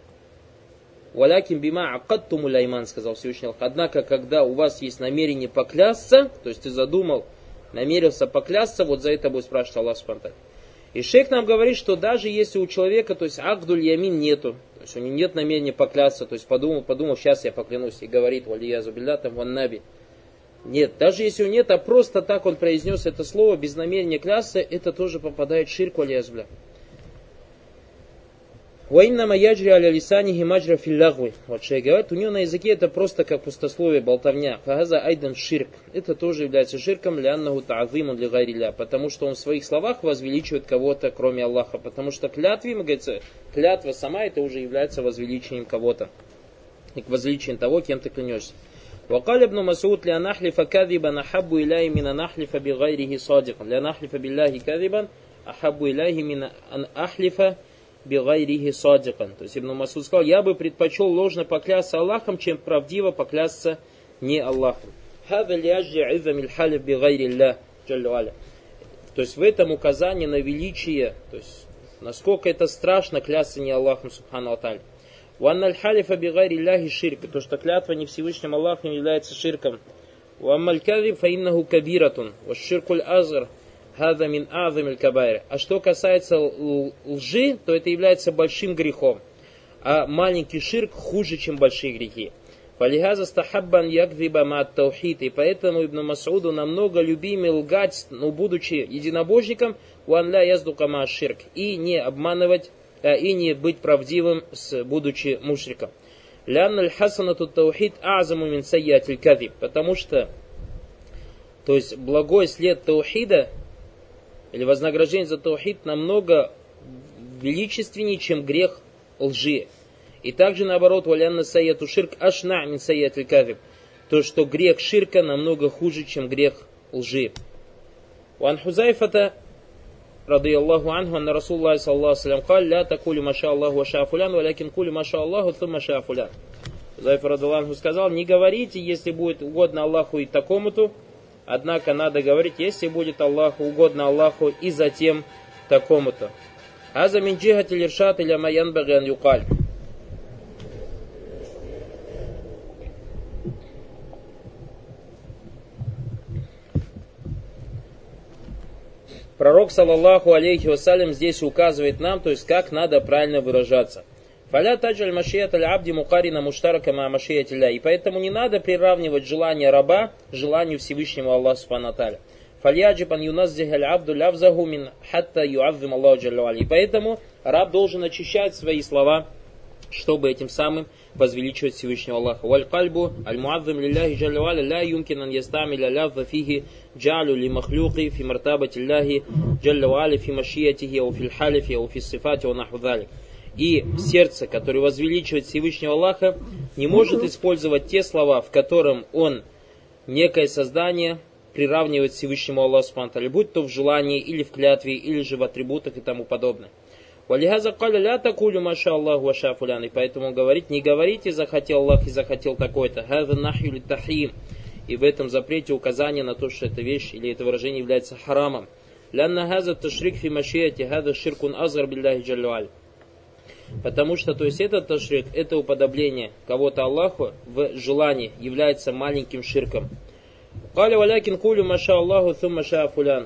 Валяким бима акадтумуль айман, сказал Всевышний Аллах. Однако, когда у вас есть намерение поклясться, то есть ты задумал, намерился поклясться, вот за это будет спрашивать Аллах Субхану. И шейх нам говорит, что даже если у человека, то есть акдуль ямин нету, то есть у него нет намерения поклясться, то есть подумал, сейчас я поклянусь, и говорит, валиязу билля, там ван наби. Нет, даже если у него нет, а просто так он произнес это слово, без намерения клясться, это тоже попадает в ширк, валиязу билля. Ваиннама яджри аля лисанихи маджра филлягвы. Вот шейх говорит, у него на языке это просто как пустословие, болтовня. Фагаза айдан ширк. Это тоже является ширком ляннаху та'азимун ли гайрилля. Потому что он в своих словах возвеличивает кого-то, кроме Аллаха. Потому что клятва сама это уже является возвеличением кого-то. И к возвеличению того, кем ты клянешься. وقال ابن مسعود لأنحلف كذبا أحب إليه من أن أحلف بغيره صادقا لأنحلف بالله كذبا أحب إليه من أن أحلف бигайрихи садикан. То есть Ибн Масуд сказал, я бы предпочел ложно поклясться Аллахом, чем правдиво поклясться не Аллахом. То есть в этом указание на величие, то есть насколько это страшно клясться не Аллахом субхану аталь. Уанналь халифа бигайриллахи ширк, то что клятва не Всевышним Аллахом является ширком. Уаммаль кадиб фаиннаху кабиратун, вашширкуль азгар. А что касается лжи, то это является большим грехом. А маленький ширк хуже, чем большие грехи. И поэтому Ибн Мас'уду намного любимее лгать, но будучи единобожником, и не обманывать, и не быть правдивым, будучи мушриком. Лянна аль-хасанату таухид а'заму мин сайятиль кадиб. Потому что, то есть, благой след таухида, или вознаграждение за таухид, намного величественнее, чем грех лжи. И также наоборот, валянна сайяту ширк ашна мин сайятиль кадиб. То, что грех ширка намного хуже, чем грех лжи. Ван Хузайфата رضي الله عنه أن رسول الله صلى الله عليه وسلم قال لا تقولوا ما شاء الله وشاء فلان ولكن قولوا ما شاء الله ثم شاء فلان. Хузайфа радиллаху анху сказал: не говорите, если будет угодно Аллаху и такому-то, однако надо говорить, если будет Аллаху угодно Аллаху и затем такому-то. Аза мин джихати лиршат иля ма янбаги ан юкаль. Пророк, саллаллаху алейхи вассалям, здесь указывает нам, то есть как надо правильно выражаться. Фаля таджаль машият аль-абди мукарина муштарака ма машият илля. И поэтому не надо приравнивать желание раба желанию Всевышнего Аллаха субхану ва тааля. Фальяджиб ан юназзих аль-абду лавзаху мин хатта юаззим Аллаху джалла ва али. И поэтому раб должен очищать свои слова, чтобы этим самым возвеличивать Всевышнего Аллаха. Валь кальбу аль-муаззим лилляхи джалла ва али ла юмкин ан ястамиля лавза фихи джалю ли махлюки фи мартабати Аллахи джалла ва али фи машиятихи ау фи лхалифи ау фи сифати ва наху залик. И сердце, которое возвеличивает Всевышнего Аллаха, не может использовать те слова, в котором он некое создание приравнивает Всевышнему Аллаху субхану ва тааля, будь то в желании, или в клятве, или же в атрибутах и тому подобное. Валихаза каля ля такулю маша Аллаху ва ша фулян. И поэтому он говорит: не говорите захотел Аллах и захотел такой-то. Хаза нахью ли тахрим. И в этом запрете указание на то, что эта вещь или это выражение является харамом. Лянна хаза ташрик фи машияти хаза ширкун азгар билляхи джалла ва али. Потому что, то есть, этот ташрик, это уподобление кого-то Аллаху в желании является маленьким ширком. Каля валякин кулю маша Аллаху thumma ша фулян.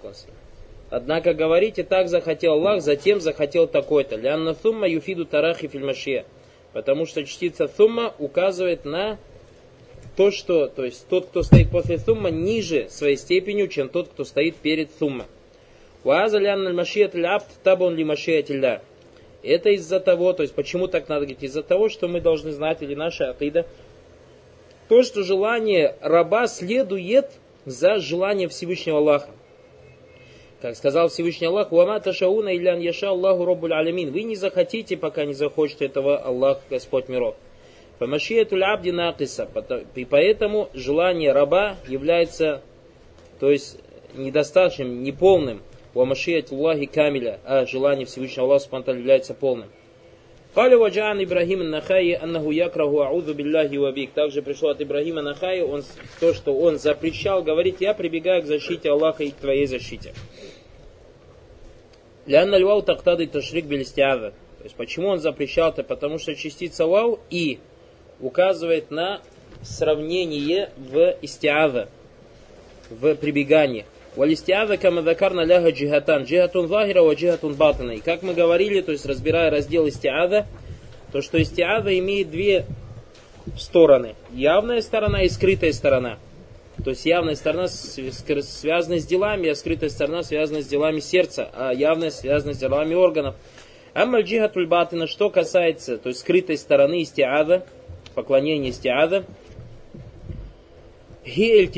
Однако говорите, так захотел Аллах, затем захотел такой-то. Лянна thumma юфиду тарахи филь машия. Потому что частица thumma указывает на то, что, то есть, тот, кто стоит после thumma, ниже своей степенью, чем тот, кто стоит перед thumma. Вааза лянна аль-машият аль-абд табун ли машият илля. Это из-за того, то есть почему так надо говорить? Из-за того, что мы должны знать, или наша акида, то, что желание раба следует за желанием Всевышнего Аллаха. Как сказал Всевышний Аллах: «Вама ташауна иллян яша Аллаху роббуль алямин». Вы не захотите, пока не захочет этого Аллах, Господь миров. Фамашиятуль абди накиса. И поэтому желание раба является, то есть, недостаточным, неполным. Вамашият Аллахи камиля, а желание Всевышнего Аллаха субхану ва тааля является полным. Каля ваджаан Ибрахим ан-Нахаи аннаху якраху аузу биллахи ва бик. Также пришло от Ибрахима Нахаи то, что он запрещал говорить: я прибегаю к защите Аллаха и к твоей защите. Лянна львау тактады ташрик билистиаза. То есть почему он запрещал-то? Потому что частица вау и указывает на сравнение в истиаза, в прибегании. Валистиаза камадакарна ляга джихатан. Джихатун захира ва джихатун батана. И как мы говорили, то есть разбирая раздел истиаза, то что истиаза имеет две стороны. Явная сторона и скрытая сторона. То есть явная сторона связана с делами, а скрытая сторона связана с делами сердца, а явная связана с делами органов. Аммаль джихатуль батана, что касается, то есть скрытой стороны истиаза, поклонения истиаза, то есть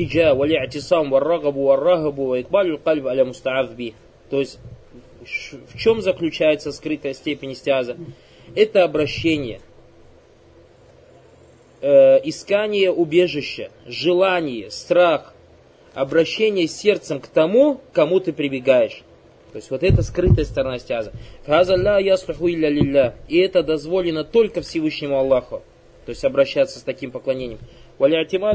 в чем заключается скрытая степень истиаза? Это обращение, искание убежища, желание, страх, обращение сердцем к тому, кому ты прибегаешь. То есть вот это скрытая сторона истиаза. И это дозволено только Всевышнему Аллаху. То есть обращаться с таким поклонением. А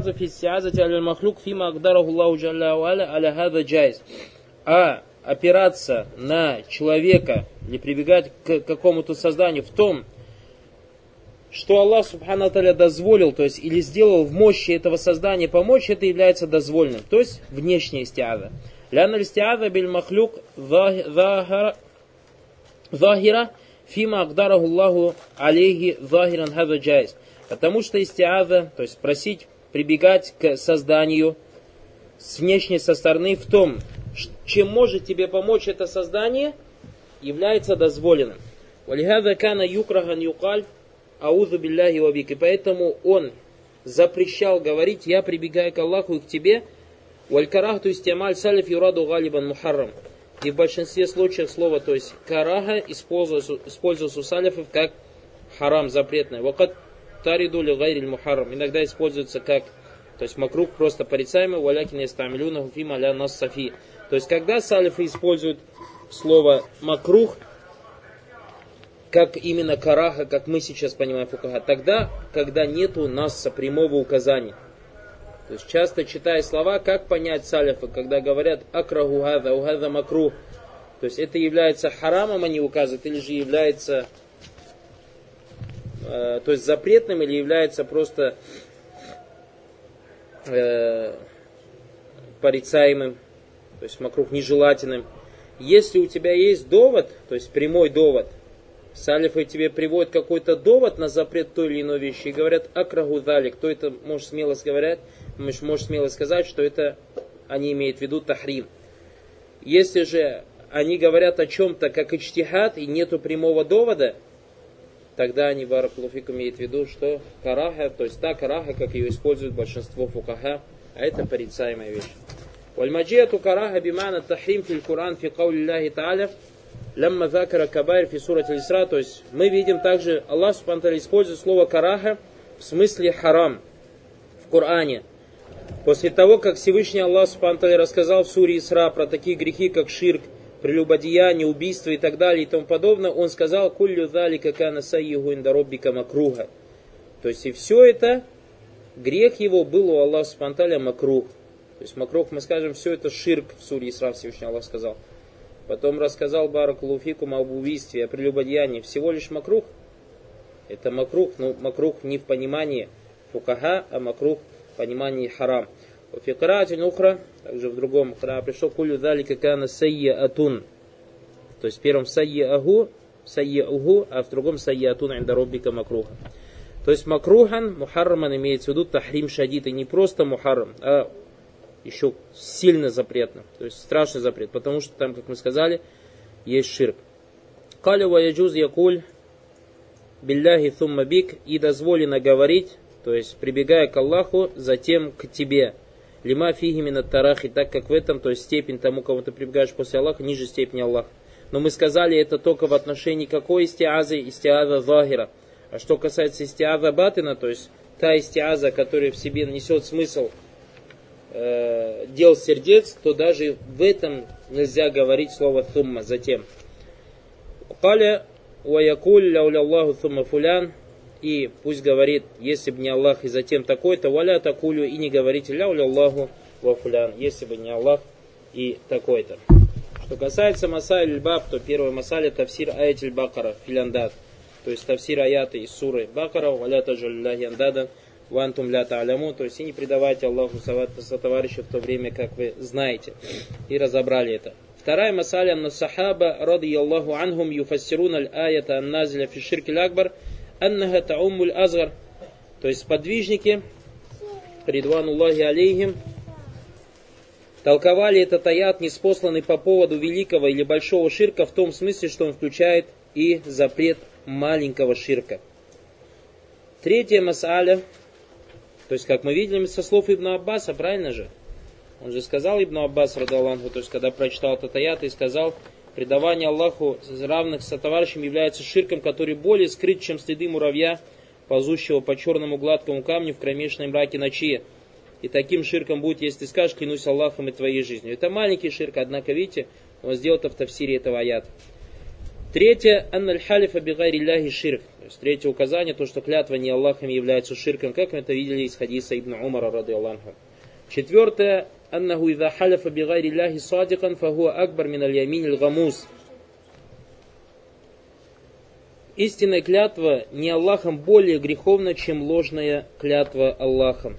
опираться на человека или прибегать к какому-то созданию в том, что Аллах субхану ва тааля дозволил, то есть или сделал в мощи этого создания помочь, это является дозволенным. То есть внешняя истиаза. Ляна истиаза биль махлюк захира фима акдараху Аллаху алейхи захиран хаза джайз. Потому что истиаза, то есть просить, прибегать к созданию с внешней со стороны в том, чем может тебе помочь это создание, является дозволенным. Валихаза кана юкрахан юкаль аузу билляхи ва бик. И поэтому он запрещал говорить: я прибегаю к Аллаху и к тебе. Валь карахту истиамаль салиф юраду галибан мухаррам. И в большинстве случаев слово, то есть караха, используется у салифов как харам, запретное. Вакат тариду ли гайриль мухаррам. Иногда используется как, то есть макрух, просто порицаемый. Валякин ястамилюна хуфим аля нас сафи. То есть когда салифы используют слово макрух, как именно караха, как мы сейчас понимаем фукаха, тогда, когда нету насса, прямого указания. То есть часто читая слова, как понять салифы, когда говорят акраху хаза, ухаза макрух. То есть это является харамом, они указывают, или же является то есть запретным, или является просто порицаемым, то есть макрух нежелательным. Если у тебя есть довод, то есть прямой довод, салифы тебе приводят какой-то довод на запрет той или иной вещи и говорят акраху залик, то это можешь смело сказать, что это они имеют в виду тахрим. Если же они говорят о чем-то как иджтихад и нету прямого довода, тогда они, баракаллаху, имеют в виду, что караха, то есть та караха, как ее использует большинство фукаха, а это порицаемая вещь. Вальмаджияту караха бимана тахрим фил Куран фи каули Аллахи Та'аля лямма закара кабайр фи сурат аль-Исра. То есть мы видим также, Аллах субхану ва тааля использует слово караха в смысле харам в Коране. После того, как Всевышний Аллах субхану ва тааля рассказал в суре Исра про такие грехи, как ширк, прелюбодеяние, убийство и так далее и тому подобное, он сказал: «Куллю залика кана саййиху инда роббика макруха». То есть и все это, грех его был у Аллаха субхану ва тааля макрух. То есть макрух, мы скажем, все это ширк в суре Исра, Всевышний Аллах сказал. Потом рассказал баракаллаху фикум об убийстве, о прелюбодеянии. Всего лишь макрух. Это макрух, но макрух не в понимании фукаха, а макрух в понимании харам. Фикратин ухра, также в другом, когда пришел кулю залика кана сайяатун. То есть в первом сайяаху, а в другом сайяатун инда роббика макруха. То есть макрухан, мухарраман имеется в виду тахрим шадид, и не просто мухаррам, а еще сильно запретно, то есть страшный запрет, потому что там, как мы сказали, есть ширк. Каля ва яджуз якуль билляхи thumma бик, и дозволено говорить, то есть прибегая к Аллаху, затем к тебе. Лима фиги минат тарахи, так как в этом, то есть степень тому, кому ты прибегаешь после Аллаха, ниже степени Аллаха. Но мы сказали это только в отношении какой истиазы? Истиаза захира. А что касается истиаза батина, то есть та истиаза, которая в себе несет смысл дел сердец, то даже в этом нельзя говорить слово «thumma» затем. Каля ва якуль лауля Аллаху thumma фулян, и пусть говорит, если бы не Аллах и затем такой-то, валя такулю, и не говорите лауля Аллаху ва фулян, если бы не Аллах и такой-то. Что касается масаль аль-баб, то первый масаль это тафсир аят аль-бакара филандад, то есть тафсир аята из суры Бакара, валя таджалляхи андадан вантум ля та'аляму, то есть и не предавайте Аллаху сотоварища в то время, как вы знаете. И разобрали это. Вторая масаля на сахаба радийаллаху анхум юфассирун аль-аята ан-назиля фи ширки аль-акбар аннаха та'уммуль азгар. То есть подвижники, ридвануллахи алейхим, толковали этот аят, ниспосланный по поводу великого или большого ширка, в том смысле, что он включает и запрет маленького ширка. Третья масаля, то есть, как мы видели со слов Ибн Аббаса, правильно же? Он же сказал Ибн Аббас, радиаллаху, то есть, когда прочитал этот аят и сказал: предавание Аллаху равных сотоварищам является ширком, который более скрыт, чем следы муравья, ползущего по черному гладкому камню в кромешной мраке ночи. И таким ширком будет, если ты скажешь: клянусь Аллахом и твоей жизнью. Это маленький ширк, однако, видите, он сделал это в тафсире этого аята. Третье, анналь халифа бигайри ляхи ширк. То есть третье указание, то, что клятва не Аллахом является ширком, как мы это видели из хадиса Ибн Умара, радиаллаху. Четвертое, аннаху иза халифа бигайри ляхи садикан, фахуа акбар мин аль-ямин аль-гамуз. Истинная клятва не Аллахом более греховна, чем ложная клятва Аллахом.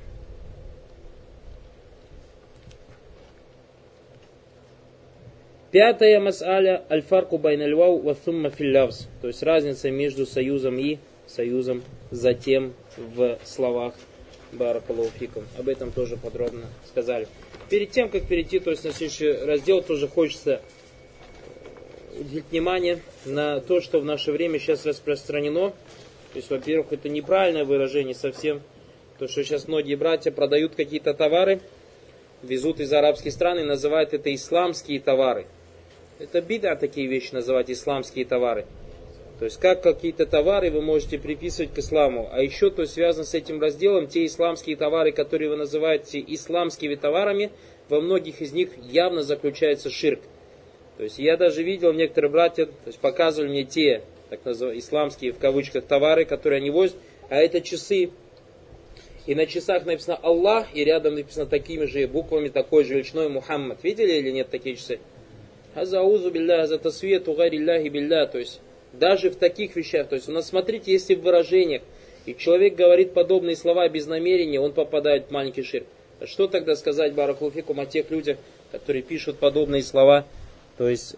Пятая мас'аля аль-фарку байна аль-вау ва thumma фил лафз. То есть разница между союзом и союзом затем в словах. Баракаллаху фикум. Об этом тоже подробно сказали. Перед тем, как перейти, то есть на следующий раздел, тоже хочется уделить внимание на то, что в наше время сейчас распространено. То есть, во-первых, это неправильное выражение совсем. То, что сейчас многие братья продают какие-то товары, везут из арабских стран и называют это исламские товары. Это бида такие вещи называть исламские товары. То есть как какие-то товары вы можете приписывать к исламу. А еще то есть, связано с этим разделом, те исламские товары, которые вы называете исламскими товарами, во многих из них явно заключается ширк. То есть я даже видел, некоторые братья то есть, показывали мне те так называемые исламские в кавычках товары, которые они возят, а это часы. И на часах написано Аллах, и рядом написано такими же буквами, такой же величиной Мухаммад. Видели или нет такие часы? Азаузу билля, за тасвиету гарилляхи билля. То есть даже в таких вещах. То есть у нас, смотрите, если в выражениях, и человек говорит подобные слова без намерения, он попадает в маленький ширк. А что тогда сказать, баракаллаху фикум, о тех людях, которые пишут подобные слова, то есть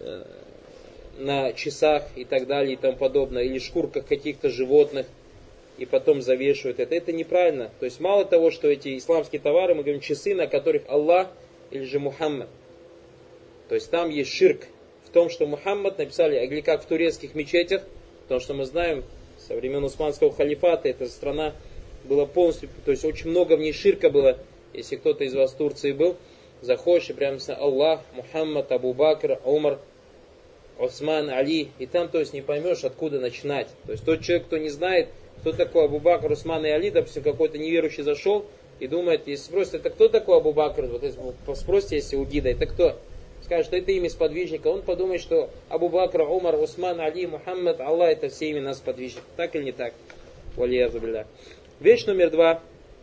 на часах и так далее и тому подобное, или шкурках каких-то животных, и потом завешивают это. Это неправильно. То есть мало того, что эти исламские товары, мы говорим часы, на которых Аллах или же Мухаммад. То есть там есть ширк в том, что Мухаммад написали, или как в турецких мечетях, потому что мы знаем, со времен Усманского халифата эта страна была полностью, то есть очень много в ней ширка было. Если кто-то из вас в Турции был, заходишь и прямо написано Аллах, Мухаммад, Абу Бакр, Умар, Осман, Али. И там, то есть, не поймешь, откуда начинать. То есть тот человек, кто не знает, кто такой Абу Бакр, Осман и Али, допустим, какой-то неверующий зашел и думает, если спросит, это кто такой Абу Бакр? Вот если спросите, если у гида, это кто? Скажет, что это имя сподвижника. Он подумает, что Абу Бакр, Умар, Осман, Али, Мухаммад, Аллах, это все имена сподвижников. Так или не так? Валиязу билля. Вещь номер 2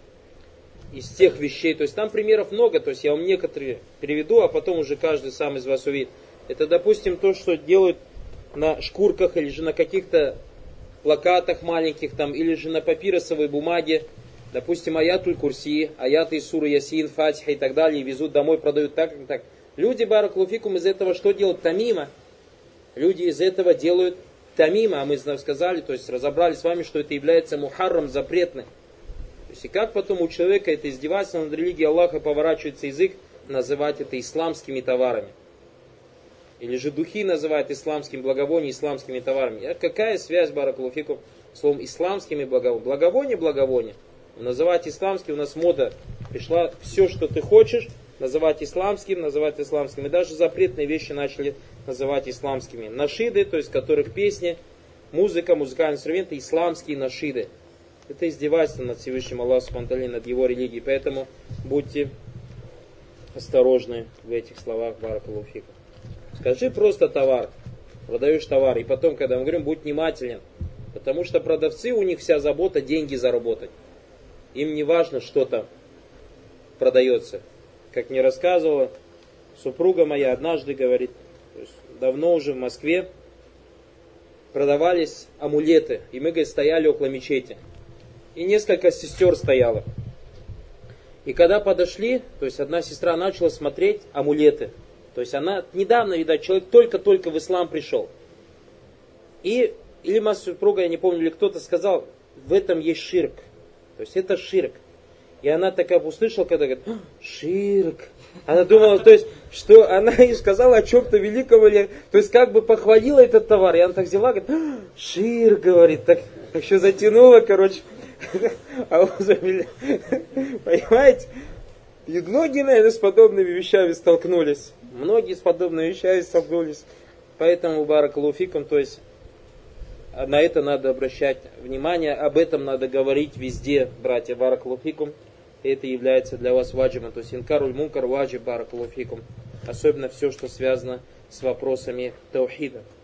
из тех вещей, то есть там примеров много, то есть я вам некоторые переведу, а потом уже каждый сам из вас увидит. Это, допустим, то, что делают на шкурках или же на каких-то плакатах маленьких там, или же на папиросовой бумаге, допустим, аятуль курси, аяты из суры Ясин, Фатиха и так далее, и везут домой, продают так и так. Люди, баракаллаху фикум, из этого что делают? Тамима. Люди из этого делают тамима, а мы сказали, то есть разобрали с вами, что это является мухаррам, запретным. То есть и как потом у человека это издевательство над религией Аллаха поворачивается язык называть это исламскими товарами. Или же духи называют исламским благовонием, исламскими товарами. А какая связь, баракаллаху фикум, словом исламскими благовониями? Благовоние, благовоние. Называть исламским, у нас мода пришла, все, что ты хочешь, называть исламским. И даже запретные вещи начали называть исламскими. Нашиды, то есть которых песни, музыка, музыкальные инструменты, исламские нашиды. Это издевательство над Всевышним Аллахом Субхану ва Тааля, над его религией. Поэтому будьте осторожны в этих словах, баракаллаху фикум. Скажи просто товар, продаешь товар, и потом, когда мы говорим, будь внимателен, потому что продавцы, у них вся забота деньги заработать. Им не важно, что там продается. Как мне рассказывала супруга моя, однажды говорит, то есть давно уже в Москве продавались амулеты, и мы, говорит, стояли около мечети. И несколько сестер стояло. И когда подошли, то есть одна сестра начала смотреть амулеты. То есть она недавно, видать, человек только-только в ислам пришел. И или моя супруга, я не помню, или кто-то сказал, в этом есть ширк. То есть это ширк. И она такая услышала, когда говорит, ширк. Она думала, то есть, что она ей сказала о чем-то великом, или, то есть как бы похвалила этот товар. И она так взяла, говорит, ширк, говорит, так еще затянула, короче. Понимаете? И многие, наверное, с подобными вещами столкнулись. Многие с подобными вещами столкнулись. Поэтому, баракаллаху фикум, то есть на это надо обращать внимание, об этом надо говорить везде, братья, баракаллаху фикум. И это является для вас ваджибом. То есть инкаруль мункар ваджиб, баракаллаху фикум. Особенно все, что связано с вопросами таухида.